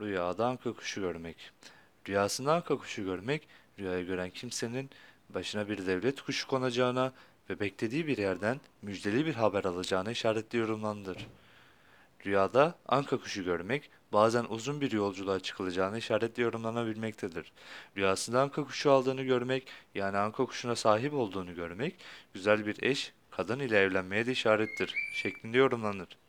Rüyada anka kuşu görmek. Rüyasında anka kuşu görmek, rüyayı gören kimsenin başına bir devlet kuşu konacağına ve beklediği bir yerden müjdeli bir haber alacağına işaretli yorumlandır. Rüyada anka kuşu görmek, bazen uzun bir yolculuğa çıkılacağına işaretli yorumlanabilmektedir. Rüyasında anka kuşu aldığını görmek, yani anka kuşuna sahip olduğunu görmek, güzel bir eş, kadın ile evlenmeye de işarettir şeklinde yorumlanır.